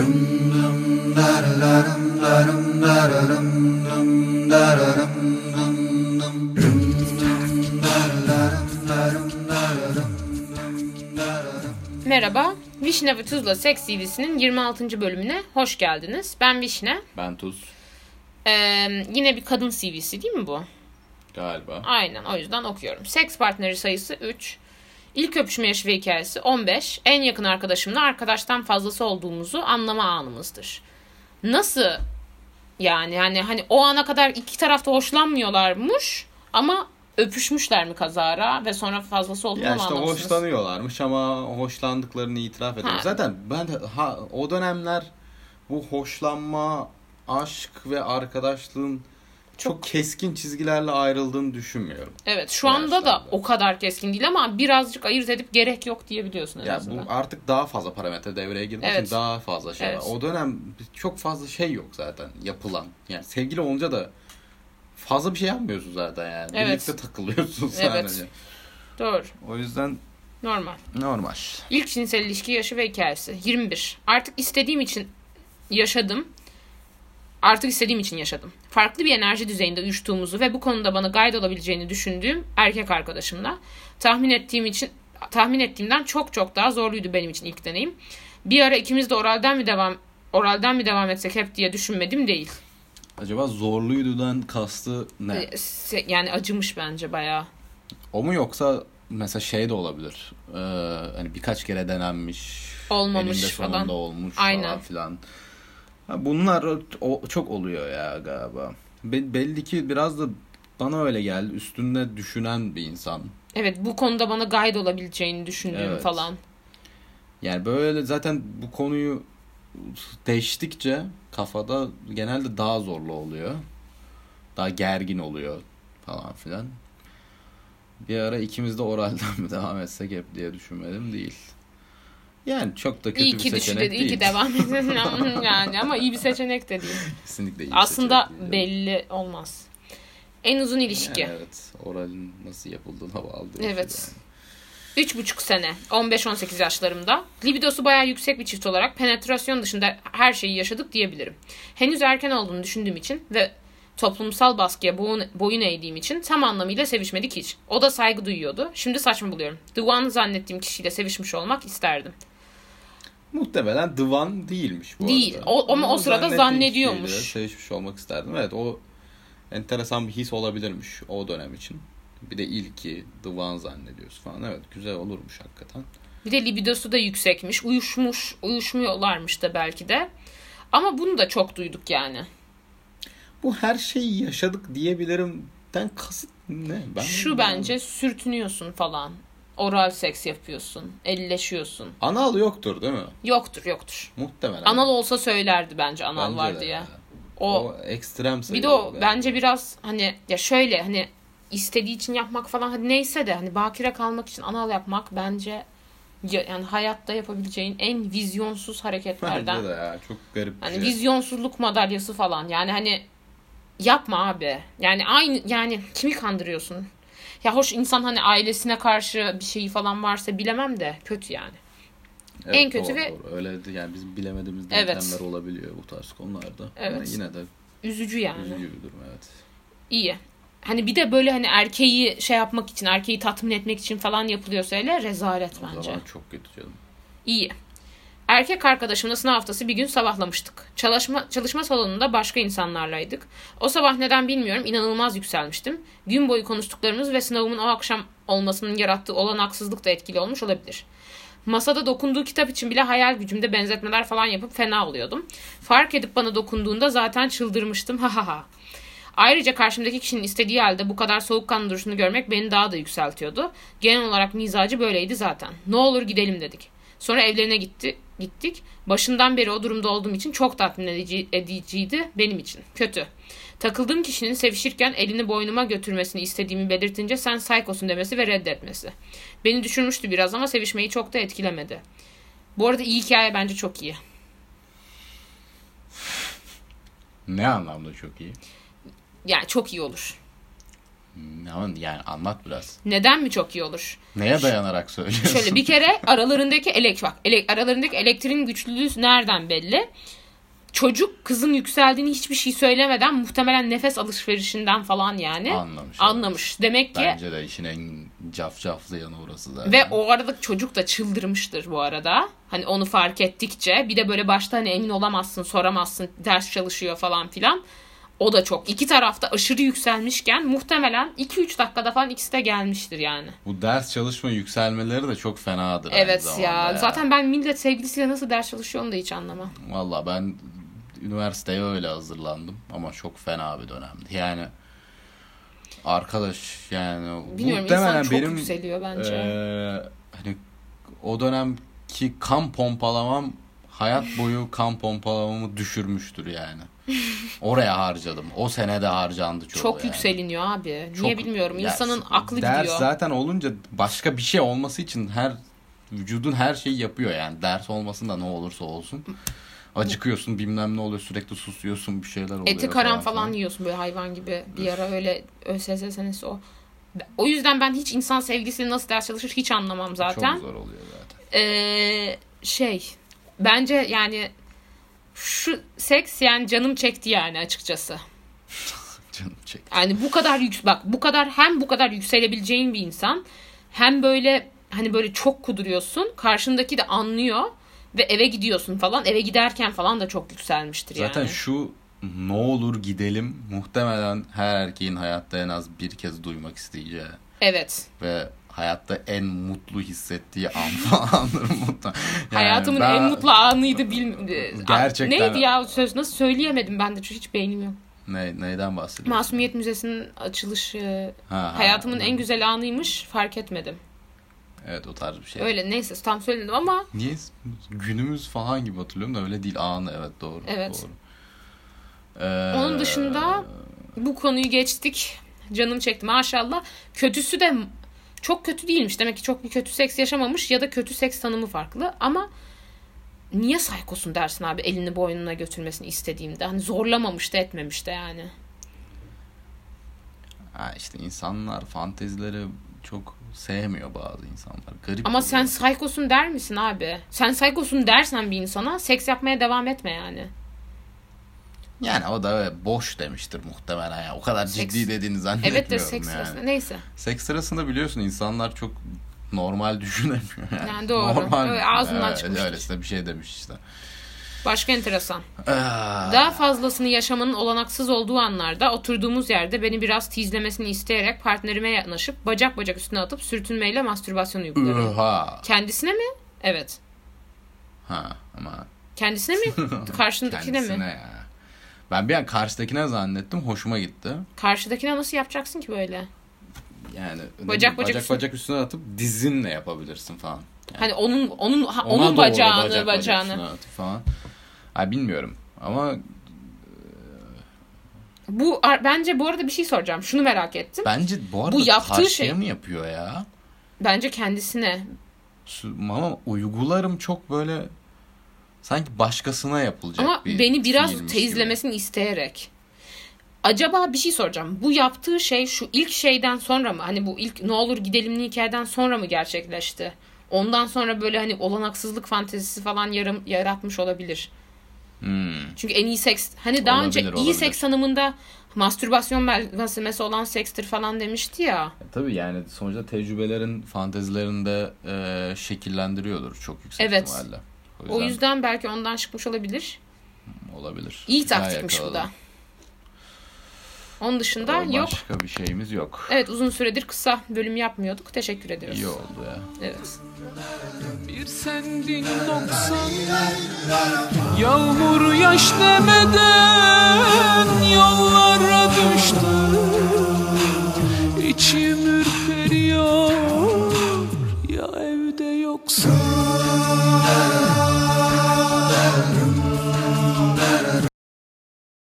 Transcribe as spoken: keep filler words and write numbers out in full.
Merhaba, Vişne ve Tuzla Seks C V'sinin yirmi altıncı bölümüne hoş geldiniz. Ben Vişne. Ben Tuz. Ee, yine bir kadın C V'si değil mi bu? Galiba. Aynen, o yüzden okuyorum. Seks partneri sayısı üç. İlk öpüşme yaşı ve hikayesi on beş. En yakın arkadaşımla arkadaştan fazlası olduğumuzu anlama anımızdır. Nasıl yani? Hani, hani o ana kadar iki tarafta hoşlanmıyorlarmış ama öpüşmüşler mi kazara ve sonra fazlası olduğunu ya mu işte anlamışsınız? hoşlanıyorlarmış ama hoşlandıklarını itiraf ediyor. Zaten ben de ha, o dönemler bu hoşlanma, aşk ve arkadaşlığın çok, çok keskin çizgilerle ayrıldığını düşünmüyorum. Evet, şu anda da o kadar keskin değil ama birazcık ayırt edip gerek yok diyebiliyorsun en ya azından. Bu artık daha fazla parametre devreye girdiği evet. için daha fazla şey evet. var. O dönem çok fazla şey yok zaten yapılan. Yani sevgili olunca da fazla bir şey yapmıyorsun zaten yani. Evet. Birlikte takılıyorsun sadece. Evet. Doğru. O yüzden normal. Normal. İlk cinsel ilişki yaşı ve hikayesi yirmi bir. Artık istediğim için yaşadım. Artık istediğim için yaşadım. Farklı bir enerji düzeyinde uyuştuğumuzu ve bu konuda bana guide olabileceğini düşündüğüm erkek arkadaşımla tahmin ettiğim için tahmin ettiğimden çok çok daha zorluydu benim için ilk deneyim. Bir ara ikimiz de oralden mi devam oralden mi devam etsek hep diye düşünmedim değil. Acaba zorluydudan kastı ne? Yani acımış bence bayağı. O mu yoksa mesela şey de olabilir. Ee, hani birkaç kere denenmiş. Olmamış elinde falan. sonunda olmuş Aynen. falan filan. Bunlar o, çok oluyor ya galiba. Be- belli ki biraz da bana öyle geldi. Üstünde düşünen bir insan. Evet, bu konuda bana guide olabileceğini düşündüğüm evet. falan. Yani böyle zaten bu konuyu değiştikçe kafada genelde daha zorlu oluyor. Daha gergin oluyor falan filan. Bir ara ikimiz de oralden mi devam etsek hep diye düşünmedim değil. Yani çok da kötü iyi bir seçenek düşündü, değil. İyi ki devam edin yani ama iyi bir seçenek de değil. Kesinlikle iyi bir aslında seçenek değil. Belli olmaz. En uzun ilişki. Yani evet. Oralin nasıl yapıldığına bağlı. Evet. Üç buçuk sene. on beş on sekiz yaşlarımda. Libidosu bayağı yüksek bir çift olarak penetrasyon dışında her şeyi yaşadık diyebilirim. Henüz erken olduğunu düşündüğüm için ve toplumsal baskıya boyun, boyun eğdiğim için tam anlamıyla sevişmedik hiç. O da saygı duyuyordu. Şimdi saçma buluyorum. The One zannettiğim kişiyle sevişmiş olmak isterdim. Muhtemelen The One değilmiş bu Değil. arada. O, ama o sırada zannediyormuş. Sevişmiş olmak isterdim. Evet, o enteresan bir his olabilirmiş o dönem için. Bir de ilki The One zannediyorsun falan. Evet, güzel olurmuş hakikaten. Bir de libidosu da yüksekmiş. Uyuşmuş, uyuşmuyorlarmış da belki de. Ama bunu da çok duyduk yani. Bu her şeyi yaşadık diyebilirimden kasıt ne? Ben Şu bence ben... sürtünüyorsun falan. Oral seks yapıyorsun. Elleşiyorsun. Anal yoktur değil mi? Yoktur yoktur. Muhtemelen. Anal olsa söylerdi bence anal bence var diye. O, o ekstrem bir de o bence. bence biraz hani ya şöyle hani istediği için yapmak falan hadi neyse de hani bakire kalmak için anal yapmak bence ya, yani hayatta yapabileceğin en vizyonsuz hareketlerden. Bence de ya çok garip bir hani şey. Vizyonsuzluk madalyası falan yani hani yapma abi. Yani aynı yani kimi kandırıyorsun? Ya hoş insan hani ailesine karşı bir şeyi falan varsa bilemem de kötü yani. Evet, en kötü doğru, ve doğru. Öyle yani bizim bilemediğimiz denklemler evet. olabiliyor bu tarz konularda. Evet. Ama yine de üzücü yani. Üzücü bir durum evet. İyi. Hani bir de böyle hani erkeği şey yapmak için, erkeği tatmin etmek için falan yapılıyorsa öyle rezalet o bence. O zaman çok kötü canım. İyi. Erkek arkadaşımla sınav haftası bir gün sabahlamıştık. Çalışma, çalışma salonunda başka insanlarlaydık. O sabah neden bilmiyorum inanılmaz yükselmiştim. Gün boyu konuştuklarımız ve sınavımın o akşam olmasının yarattığı olanaksızlık da etkili olmuş olabilir. Masada dokunduğu kitap için bile hayal gücümde benzetmeler falan yapıp fena oluyordum. Fark edip bana dokunduğunda zaten çıldırmıştım. Ha ha ha. Ayrıca karşımdaki kişinin istediği halde bu kadar soğukkanlı duruşunu görmek beni daha da yükseltiyordu. Genel olarak mizacı böyleydi zaten. Ne olur gidelim dedik. Sonra evlerine gitti, gittik. Başından beri o durumda olduğum için çok tatmin edici, ediciydi benim için. Kötü. Takıldığım kişinin sevişirken elini boynuma götürmesini istediğimi belirtince sen saykosun demesi ve reddetmesi. Beni düşürmüştü biraz ama sevişmeyi çok da etkilemedi. Bu arada iyi hikaye bence çok iyi. Ne anlamda çok iyi? Yani çok iyi olur. Ama yani anlat biraz. Neden mi çok iyi olur? Neye dayanarak söylüyorsun? Şöyle bir kere aralarındaki elek bak ele, aralarındaki elektriğin güçlülüğü nereden belli? Çocuk kızın yükseldiğini hiçbir şey söylemeden muhtemelen nefes alışverişinden falan yani anlamış. Anlamış. Evet. Demek ki bence de işin en cafcaflı yanı orası zaten. Ve o arada çocuk da çıldırmıştır bu arada. Hani onu fark ettikçe bir de böyle başta hani emin olamazsın, soramazsın, ders çalışıyor falan filan. O da çok. İki tarafta aşırı yükselmişken muhtemelen iki üç dakikada falan ikisi de gelmiştir yani. Bu ders çalışma yükselmeleri de çok fenadır. Evet ya. ya. Zaten ben millet sevgilisiyle nasıl ders çalışıyor onu da hiç anlamam. Valla ben üniversiteye öyle hazırlandım ama çok fena bir dönemdi. Yani arkadaş yani bilmiyorum, muhtemelen çok benim yükseliyor bence. E, hani o dönemki kan pompalamam hayat boyu kan pompalamamı düşürmüştür yani. Oraya harcadım. O senede harcandı çok. Çok yani. Yükseliniyor abi. Çok, Niye bilmiyorum. İnsanın ders, aklı ders gidiyor. Ders zaten olunca başka bir şey olması için her vücudun her şeyi yapıyor yani. Ders olmasın da ne olursa olsun. Acıkıyorsun bilmem ne oluyor sürekli susuyorsun bir şeyler oluyor. Eti karan falan, falan, falan yiyorsun böyle hayvan gibi. Bir ara öyle ÖSS senesi o. O yüzden ben hiç insan sevgisiyle nasıl ders çalışır hiç anlamam zaten. Çok zor oluyor zaten. Ee, şey bence yani şu seks yani canım çekti yani açıkçası. Canım çekti. Yani bu kadar yük bak bu kadar hem bu kadar yükselebileceğin bir insan hem böyle hani böyle çok kuduruyorsun karşındaki de anlıyor ve eve gidiyorsun falan eve giderken falan da çok yükselmiştir yani. Zaten şu ne olur gidelim muhtemelen her erkeğin hayatta en az bir kez duymak isteyeceği. Evet. Ve hayatta en mutlu hissettiği an falandır muhtemelen. Yani hayatımın ben... en mutlu anıydı bilmiyorum. Gerçekten. Neydi ya söz nasıl söyleyemedim ben de çünkü hiç beynim yok. Ne, neyden bahsediyorsun? Masumiyet Müzesi'nin açılışı ha, hayatımın ha, en güzel anıymış fark etmedim. Evet o tarz bir şey. Öyle neyse tam söyledim ama. Niye? Günümüz falan gibi hatırlıyorum da öyle değil anı evet doğru. Evet. Doğru. Ee... Onun dışında bu konuyu geçtik. Canım çekti maşallah. Kötüsü de çok kötü değilmiş. Demek ki çok bir kötü seks yaşamamış ya da kötü seks tanımı farklı. Ama niye psikosun dersin abi elini boynuna götürmesini istediğimde. Hani zorlamamış da etmemiş de yani. Ha işte insanlar fantezileri çok sevmiyor bazı insanlar. Garip ama oluyor. sen psikosun der misin abi? Sen psikosun dersen bir insana seks yapmaya devam etme yani. Yani o da boş demiştir muhtemelen ya. O kadar seks... ciddi dediğini zannetmiyorum evet de seks yani. sırasında neyse. Seks sırasında biliyorsun insanlar çok normal düşünemiyor yani. Yani doğru. Normal, öyle ağzından evet, çıkmıştır. Öylesine bir şey demiş işte. Başka enteresan. Daha fazlasını yaşamanın olanaksız olduğu anlarda oturduğumuz yerde beni biraz tizlemesini isteyerek partnerime yanaşıp bacak bacak üstüne atıp sürtünmeyle mastürbasyon uygularım. Kendisine mi? Evet. Ha ama. Kendisine mi? Karşındakine Kendisine mi? Ya. Ben bir an karşıdakine zannettim. Hoşuma gitti. Karşıdakine nasıl yapacaksın ki böyle? Yani bacak bacak, bacak, bacak üstüne atıp dizinle yapabilirsin falan. Yani hani onun onun ha, onun bacağını bacak, bacağını bacak falan. Ay bilmiyorum ama bu bence bu arada bir şey soracağım. Şunu merak ettim. Bence bu arada bu yaptığı şey mi yapıyor ya? Bence kendisine. Ama uygularım çok böyle sanki başkasına yapılacak ama bir beni biraz teyzlemesini gibi. isteyerek. Acaba bir şey soracağım. Bu yaptığı şey şu ilk şeyden sonra mı? Hani bu ilk ne olur gidelimli hikayeden sonra mı gerçekleşti? Ondan sonra böyle hani olanaksızlık fantezisi falan yarım, yaratmış olabilir. Hmm. Çünkü en iyi seks hani daha olabilir, önce olabilir. iyi seks tanımında mastürbasyon malzemesi olan sekstir falan demişti ya. E, tabii yani sonuçta tecrübelerin fantezilerinde e, şekillendiriyordur çok yüksek evet. ihtimalle. O yüzden, o yüzden belki ondan çıkmış olabilir. Olabilir. İyi taktikmiş bu da. Onun dışında Başka yok. Başka bir şeyimiz yok. Evet uzun süredir kısa bölüm yapmıyorduk. Teşekkür ediyoruz. İyi oldu ya. Evet. Bir sendin doksan yağmur yaş demeden